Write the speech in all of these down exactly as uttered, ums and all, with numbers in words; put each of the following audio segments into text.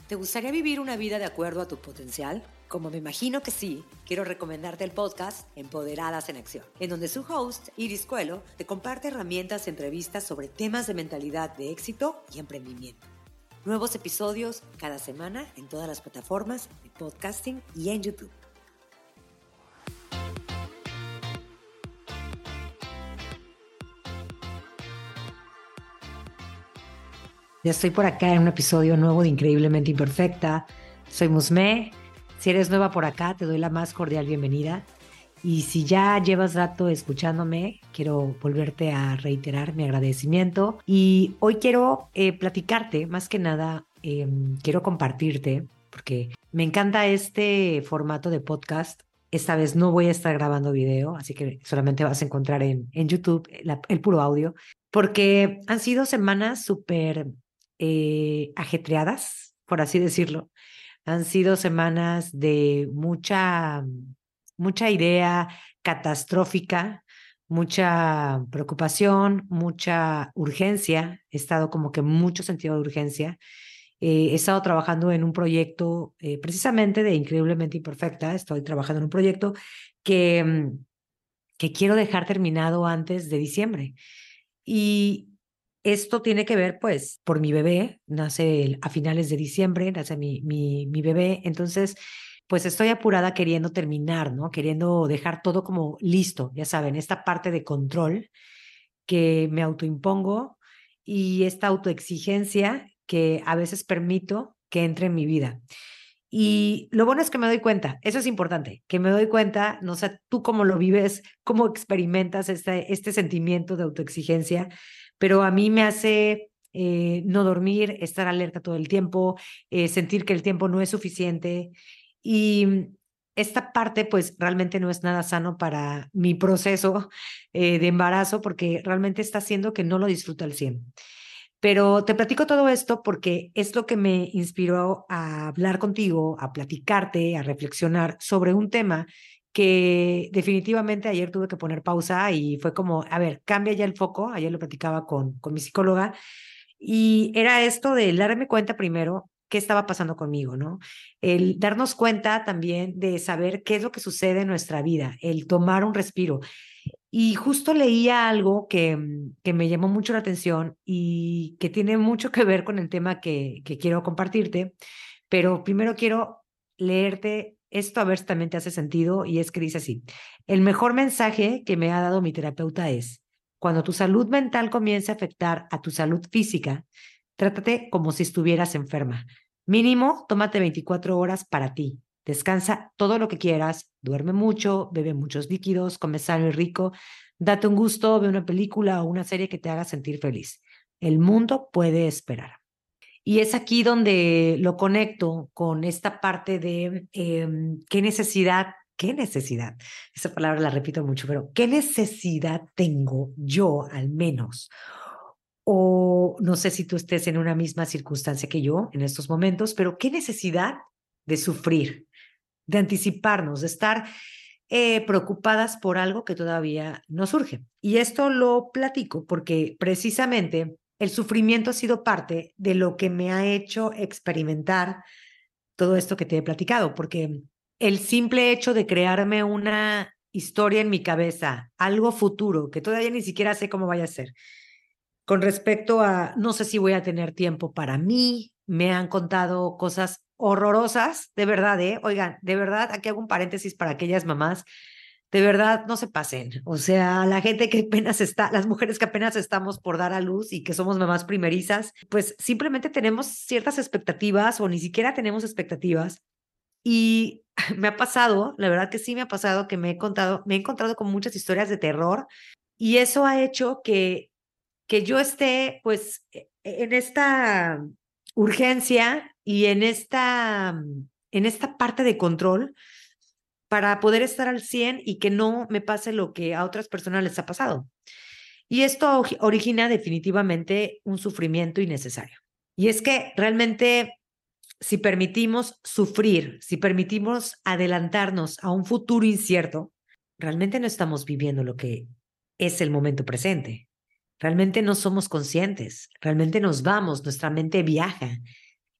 ¿Te gustaría vivir una vida de acuerdo a tu potencial? Como me imagino que sí, quiero recomendarte el podcast Empoderadas en Acción, en donde su host, Iris Coelho, te comparte herramientas y entrevistas sobre temas de mentalidad de éxito y emprendimiento. Nuevos episodios cada semana en todas las plataformas de podcasting y en YouTube. Ya estoy por acá en un episodio nuevo de Increíblemente Imperfecta. Soy Musme. Si eres nueva por acá, te doy la más cordial bienvenida. Y si ya llevas rato escuchándome, quiero volverte a reiterar mi agradecimiento. Y hoy quiero eh, platicarte, más que nada, eh, quiero compartirte, porque me encanta este formato de podcast. Esta vez no voy a estar grabando video, así que solamente vas a encontrar en, en YouTube la- el puro audio, porque han sido semanas súper eh, ajetreadas, por así decirlo. Han sido semanas de mucha, mucha idea catastrófica, mucha preocupación, mucha urgencia. He estado como que mucho sentido de urgencia. Eh, he estado trabajando en un proyecto eh, precisamente de Increíblemente Imperfecta. Estoy trabajando en un proyecto que, mm, que quiero dejar terminado antes de diciembre. Y esto tiene que ver, pues, por mi bebé. Nace el- a finales de diciembre, nace mi, mi, mi bebé. Entonces, pues estoy apurada queriendo terminar, ¿no? Queriendo dejar todo como listo, ya saben, esta parte de control que me autoimpongo y esta autoexigencia que a veces permito que entre en mi vida. Y lo bueno es que me doy cuenta, eso es importante, que me doy cuenta, no sé tú cómo lo vives, cómo experimentas este, este sentimiento de autoexigencia, pero a mí me hace eh, no dormir, estar alerta todo el tiempo, eh, sentir que el tiempo no es suficiente. Y esta parte pues realmente no es nada sano para mi proceso eh, de embarazo porque realmente está haciendo que no lo disfruto al cien. Pero te platico todo esto porque es lo que me inspiró a hablar contigo, a platicarte, a reflexionar sobre un tema que definitivamente ayer tuve que poner pausa y fue como, a ver, cambia ya el foco. Ayer lo platicaba con, con mi psicóloga y era esto de darme cuenta primero qué estaba pasando conmigo, ¿no? El darnos cuenta también de saber qué es lo que sucede en nuestra vida, el tomar un respiro. Y justo leía algo que, mm, que me llamó mucho la atención y que tiene mucho que ver con el tema que, que quiero compartirte, pero primero quiero leerte esto a ver si también te hace sentido y es que dice así, el mejor mensaje que me ha dado mi terapeuta es, cuando tu salud mental comience a afectar a tu salud física, trátate como si estuvieras enferma. Mínimo, tómate veinticuatro horas para ti. Descansa todo lo que quieras, duerme mucho, bebe muchos líquidos, come sano y rico, date un gusto, ve una película o una serie que te haga sentir feliz. El mundo puede esperar. Y es aquí donde lo conecto con esta parte de eh, qué necesidad, qué necesidad, esa palabra la repito mucho, pero qué necesidad tengo yo al menos. O no sé si tú estés en una misma circunstancia que yo en estos momentos, pero qué necesidad de sufrir, de anticiparnos, de estar eh, preocupadas por algo que todavía no surge. Y esto lo platico porque precisamente el sufrimiento ha sido parte de lo que me ha hecho experimentar todo esto que te he platicado, porque el simple hecho de crearme una historia en mi cabeza, algo futuro, que todavía ni siquiera sé cómo vaya a ser, con respecto a no sé si voy a tener tiempo para mí, me han contado cosas horrorosas, de verdad, ¿eh? Oigan, de verdad, aquí hago un paréntesis para aquellas mamás, de verdad, no se pasen. O sea, la gente que apenas está, las mujeres que apenas estamos por dar a luz y que somos mamás primerizas, pues simplemente tenemos ciertas expectativas o ni siquiera tenemos expectativas. Y me ha pasado, la verdad que sí me ha pasado que me he contado, me he encontrado con muchas historias de terror y eso ha hecho que que yo esté pues e- en esta urgencia y en esta, en esta parte de control para poder estar al cien y que no me pase lo que a otras personas les ha pasado. Y esto ori- origina definitivamente un sufrimiento innecesario. Y es que realmente si permitimos sufrir, si permitimos adelantarnos a un futuro incierto, realmente no estamos viviendo lo que es el momento presente. Realmente no somos conscientes, realmente nos vamos, nuestra mente viaja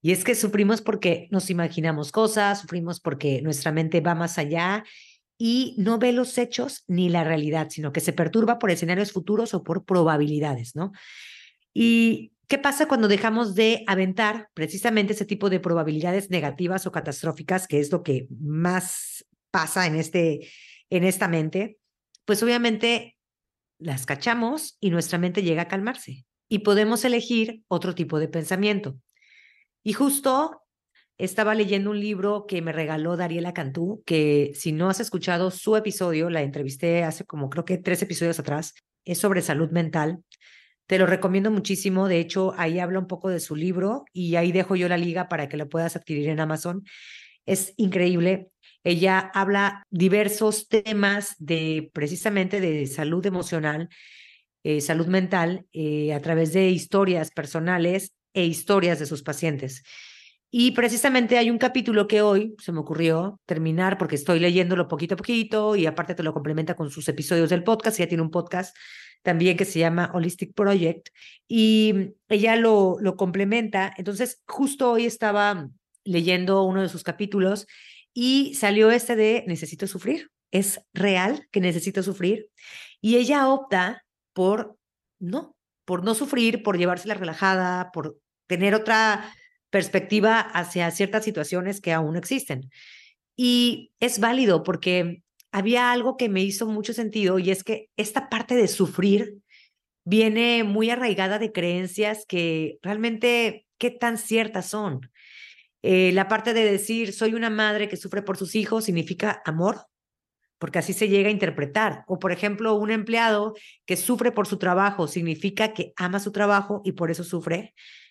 Y es que sufrimos porque nos imaginamos cosas, sufrimos porque nuestra mente va más allá y no ve los hechos ni la realidad, sino que se perturba por escenarios futuros o por probabilidades, ¿no? ¿Y qué pasa cuando dejamos de aventar precisamente ese tipo de probabilidades negativas o catastróficas, que es lo que más pasa en, este, en esta mente? Pues obviamente las cachamos y nuestra mente llega a calmarse y podemos elegir otro tipo de pensamiento. Y justo estaba leyendo un libro que me regaló Dariela Cantú, que si no has escuchado su episodio, la entrevisté hace como creo que tres episodios atrás, es sobre salud mental. Te lo recomiendo muchísimo. De hecho, ahí habla un poco de su libro y ahí dejo yo la liga para que lo puedas adquirir en Amazon. Es increíble. Ella habla diversos temas de precisamente de salud emocional, eh, salud mental, eh, a través de historias personales e historias de sus pacientes. Y precisamente hay un capítulo que hoy se me ocurrió terminar porque estoy leyéndolo poquito a poquito y aparte te lo complementa con sus episodios del podcast. Ella tiene un podcast también que se llama Holistic Project y ella lo, lo complementa. Entonces, justo hoy estaba leyendo uno de sus capítulos y salió este de necesito sufrir. Es real que necesito sufrir. Y ella opta por no, por no sufrir, por llevársela relajada, por tener otra perspectiva hacia ciertas situaciones que aún no existen. Y es válido porque había algo que me hizo mucho sentido y es que esta parte de sufrir viene muy arraigada de creencias que realmente, ¿qué tan ciertas son? Eh, la parte de decir, soy una madre que sufre por sus hijos, significa amor, porque así se llega a interpretar. O, por ejemplo, un empleado que sufre por su trabajo, significa que ama su trabajo y por eso sufre.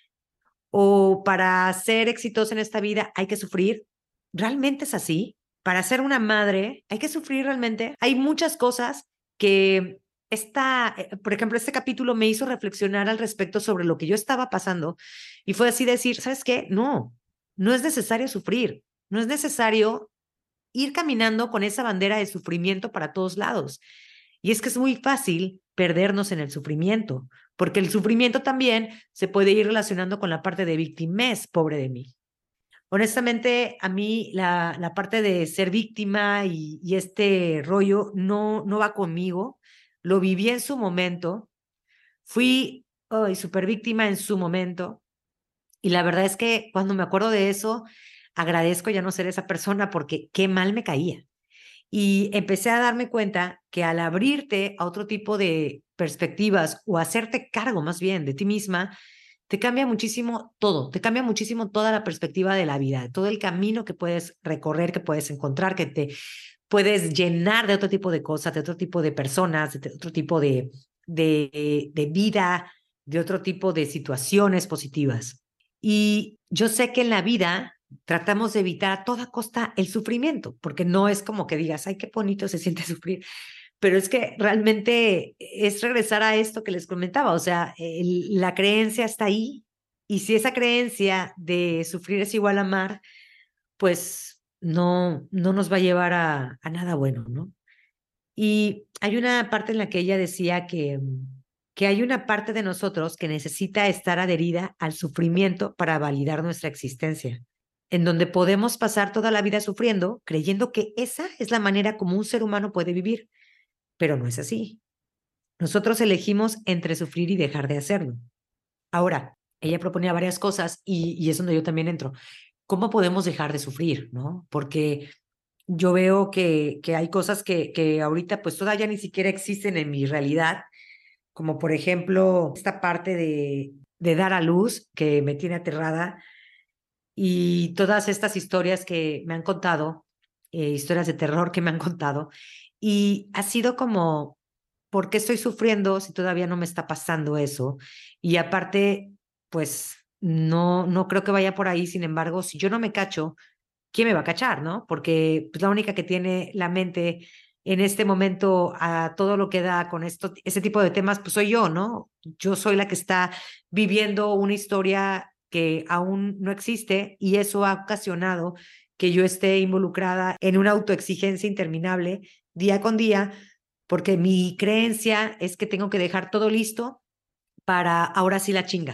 O para ser exitosa en esta vida hay que sufrir. ¿Realmente es así? Para ser una madre hay que sufrir realmente. Hay muchas cosas que esta, eh, por ejemplo, este capítulo me hizo reflexionar al respecto sobre lo que yo estaba pasando y fue así decir, ¿sabes qué? No, no es necesario sufrir, no es necesario ir caminando con esa bandera de sufrimiento para todos lados. Y es que es muy fácil perdernos en el sufrimiento, porque el sufrimiento también se puede ir relacionando con la parte de victimez, pobre de mí. Honestamente, a mí la, la parte de ser víctima y, y este rollo no, no va conmigo. Lo viví en su momento, fui oh, súper víctima en su momento, y la verdad es que cuando me acuerdo de eso, agradezco ya no ser esa persona porque qué mal me caía. Y empecé a darme cuenta que al abrirte a otro tipo de perspectivas o hacerte cargo más bien de ti misma, te cambia muchísimo todo, te cambia muchísimo toda la perspectiva de la vida, todo el camino que puedes recorrer, que puedes encontrar, que te puedes llenar de otro tipo de cosas, de otro tipo de personas, de otro tipo de, de, de vida, de otro tipo de situaciones positivas. Y yo sé que en la vida tratamos de evitar a toda costa el sufrimiento, porque no es como que digas, ay, qué bonito se siente sufrir, pero es que realmente es regresar a esto que les comentaba, o sea, el, la creencia está ahí y si esa creencia de sufrir es igual a amar, pues no, no nos va a llevar a, a nada bueno, ¿no? Y hay una parte en la que ella decía que, que hay una parte de nosotros que necesita estar adherida al sufrimiento para validar nuestra existencia, en donde podemos pasar toda la vida sufriendo, creyendo que esa es la manera como un ser humano puede vivir, pero no es así. Nosotros elegimos entre sufrir y dejar de hacerlo. Ahora, ella proponía varias cosas y, y es donde yo también entro. ¿Cómo podemos dejar de sufrir, no? Porque yo veo que, que hay cosas que, que ahorita pues todavía ni siquiera existen en mi realidad, como por ejemplo esta parte de, de dar a luz que me tiene aterrada y todas estas historias que me han contado, eh, historias de terror que me han contado, y ha sido como, ¿por qué estoy sufriendo si todavía no me está pasando eso? Y aparte, pues no, no creo que vaya por ahí, sin embargo, si yo no me cacho, ¿quién me va a cachar, no? Porque pues, la única que tiene la mente en este momento a todo lo que da con esto, ese tipo de temas, pues soy yo, ¿no? Yo soy la que está viviendo una historia que aún no existe y eso ha ocasionado que yo esté involucrada en una autoexigencia interminable día con día, porque mi creencia es que tengo que dejar todo listo para ahora sí la chinga.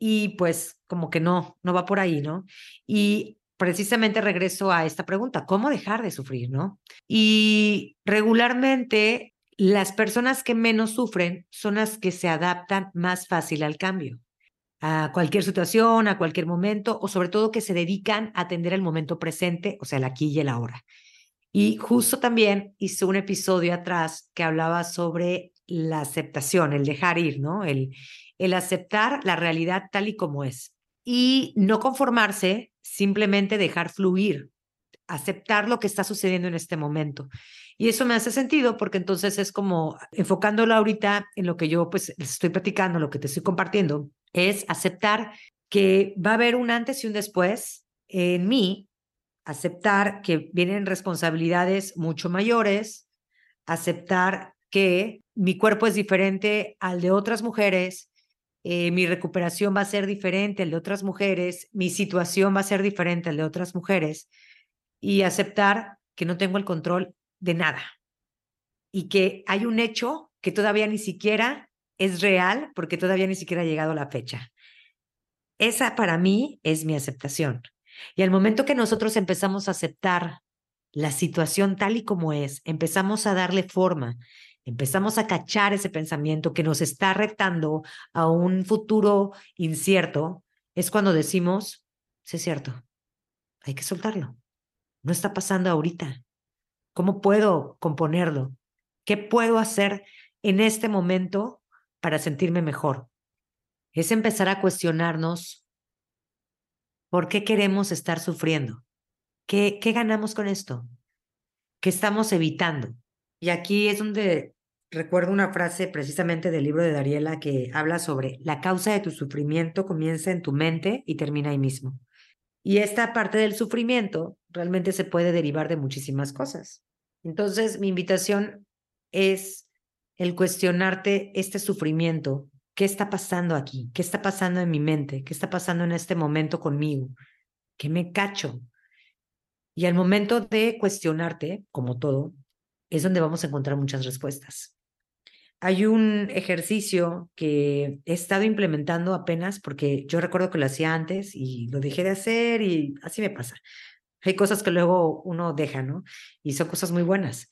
y pues como que no, no va por ahí, ¿no? Y precisamente regreso a esta pregunta, ¿cómo dejar de sufrir, no? Y regularmente las personas que menos sufren son las que se adaptan más fácil al cambio, a cualquier situación, a cualquier momento, o sobre todo que se dedican a atender el momento presente, o sea, el aquí y el ahora. Y justo también hice un episodio atrás que hablaba sobre la aceptación, el dejar ir, ¿no? El, el aceptar la realidad tal y como es. Y no conformarse, simplemente dejar fluir, aceptar lo que está sucediendo en este momento. Y eso me hace sentido porque entonces es como enfocándolo ahorita en lo que yo pues les estoy platicando, lo que te estoy compartiendo, es aceptar que va a haber un antes y un después en mí, aceptar que vienen responsabilidades mucho mayores, aceptar que mi cuerpo es diferente al de otras mujeres, eh, mi recuperación va a ser diferente al de otras mujeres, mi situación va a ser diferente al de otras mujeres, y aceptar que no tengo el control de nada y que hay un hecho que todavía ni siquiera es real porque todavía ni siquiera ha llegado la fecha. Esa para mí es mi aceptación. Y al momento que nosotros empezamos a aceptar la situación tal y como es, empezamos a darle forma, empezamos a cachar ese pensamiento que nos está retando a un futuro incierto, es cuando decimos, sí es cierto, hay que soltarlo. No está pasando ahorita. ¿Cómo puedo componerlo? ¿Qué puedo hacer en este momento para sentirme mejor? Es empezar a cuestionarnos por qué queremos estar sufriendo. ¿Qué, qué ganamos con esto? ¿Qué estamos evitando? Y aquí es donde recuerdo una frase precisamente del libro de Dariela que habla sobre la causa de tu sufrimiento comienza en tu mente y termina ahí mismo. Y esta parte del sufrimiento realmente se puede derivar de muchísimas cosas. Entonces, mi invitación es el cuestionarte este sufrimiento. ¿Qué está pasando aquí? ¿Qué está pasando en mi mente? ¿Qué está pasando en este momento conmigo? ¿Qué me cacho? Y al momento de cuestionarte, como todo, es donde vamos a encontrar muchas respuestas. Hay un ejercicio que he estado implementando apenas porque yo recuerdo que lo hacía antes y lo dejé de hacer y así me pasa. Hay cosas que luego uno deja, ¿no? Y son cosas muy buenas.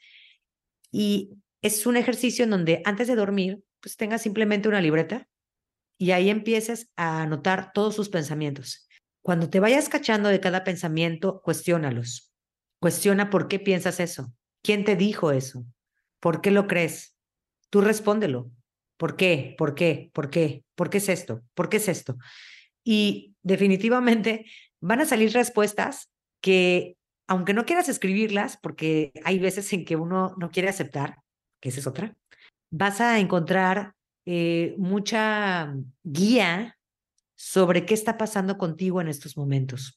Y es un ejercicio en donde antes de dormir, pues tengas simplemente una libreta y ahí empieces a anotar todos sus pensamientos. Cuando te vayas cachando de cada pensamiento, cuestiónalos. Cuestiona por qué piensas eso. ¿Quién te dijo eso? ¿Por qué lo crees? Tú respóndelo. ¿Por qué? ¿Por qué? ¿Por qué? ¿Por qué es esto? ¿Por qué es esto? Y definitivamente van a salir respuestas que, aunque no quieras escribirlas, porque hay veces en que uno no quiere aceptar, que esa es otra, vas a encontrar eh, mucha guía sobre qué está pasando contigo en estos momentos.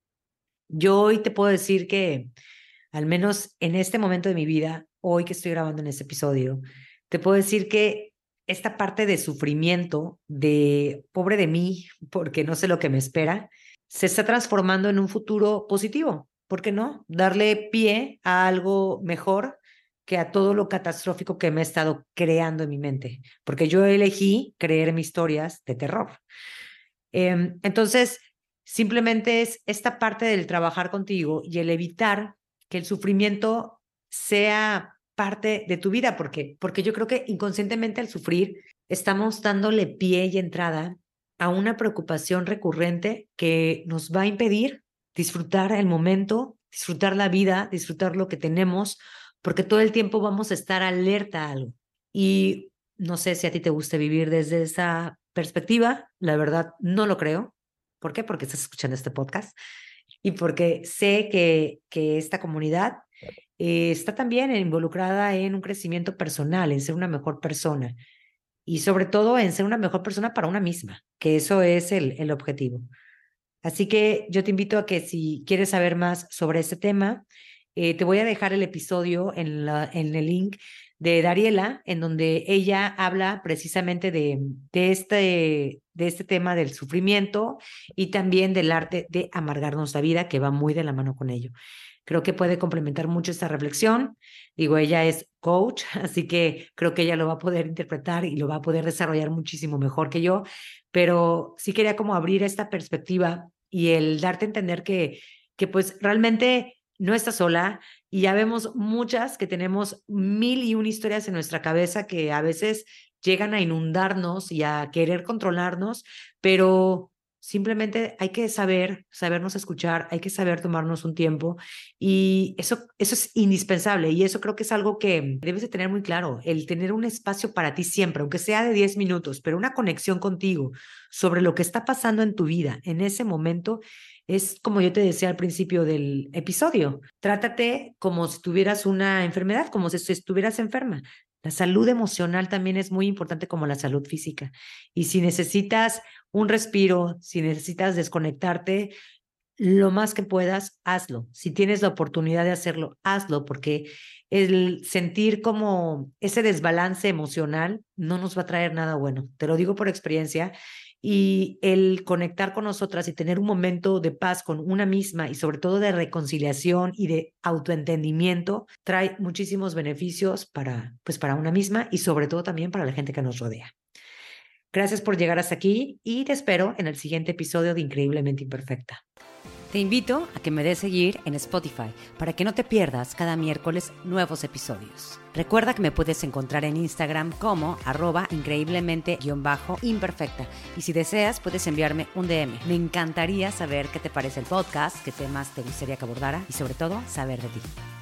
Yo hoy te puedo decir que, al menos en este momento de mi vida, hoy que estoy grabando en este episodio, te puedo decir que esta parte de sufrimiento, de pobre de mí, porque no sé lo que me espera, se está transformando en un futuro positivo. ¿Por qué no? Darle pie a algo mejor que a todo lo catastrófico que me he estado creando en mi mente, porque yo elegí creer mis historias de terror. Eh, entonces, simplemente es esta parte del trabajar contigo y el evitar que el sufrimiento sea parte de tu vida, porque, porque yo creo que inconscientemente al sufrir estamos dándole pie y entrada a una preocupación recurrente que nos va a impedir disfrutar el momento, disfrutar la vida, disfrutar lo que tenemos, porque todo el tiempo vamos a estar alerta a algo. Y no sé si a ti te gusta vivir desde esa perspectiva, la verdad no lo creo. ¿Por qué? Porque estás escuchando este podcast y porque sé que, que esta comunidad eh, está también involucrada en un crecimiento personal, en ser una mejor persona y sobre todo en ser una mejor persona para una misma, que eso es el, el objetivo. Así que yo te invito a que si quieres saber más sobre este tema, eh, te voy a dejar el episodio en, la, en el link de Dariela, en donde ella habla precisamente de, de, este, de este tema del sufrimiento y también del arte de amargarnos la vida, que va muy de la mano con ello. Creo que puede complementar mucho esta reflexión. Digo, ella es coach, así que creo que ella lo va a poder interpretar y lo va a poder desarrollar muchísimo mejor que yo, pero sí quería como abrir esta perspectiva y el darte a entender que, que pues realmente no estás sola y ya vemos muchas que tenemos mil y una historias en nuestra cabeza que a veces llegan a inundarnos y a querer controlarnos, pero simplemente hay que saber, sabernos escuchar, hay que saber tomarnos un tiempo y eso, eso es indispensable y eso creo que es algo que debes de tener muy claro, el tener un espacio para ti siempre, aunque sea de diez minutos, pero una conexión contigo sobre lo que está pasando en tu vida en ese momento. Es como yo te decía al principio del episodio, trátate como si tuvieras una enfermedad, como si estuvieras enferma. La salud emocional también es muy importante como la salud física. Y si necesitas un respiro, si necesitas desconectarte, lo más que puedas, hazlo. Si tienes la oportunidad de hacerlo, hazlo, porque el sentir como ese desbalance emocional no nos va a traer nada bueno. Te lo digo por experiencia. Y el conectar con nosotras y tener un momento de paz con una misma y sobre todo de reconciliación y de autoentendimiento trae muchísimos beneficios para, pues para una misma y sobre todo también para la gente que nos rodea. Gracias por llegar hasta aquí y te espero en el siguiente episodio de Increíblemente Imperfecta. Te invito a que me des seguir en Spotify para que no te pierdas cada miércoles nuevos episodios. Recuerda que me puedes encontrar en Instagram como arroba increíblemente-imperfecta y si deseas puedes enviarme un D M. Me encantaría saber qué te parece el podcast, qué temas te gustaría que abordara y sobre todo saber de ti.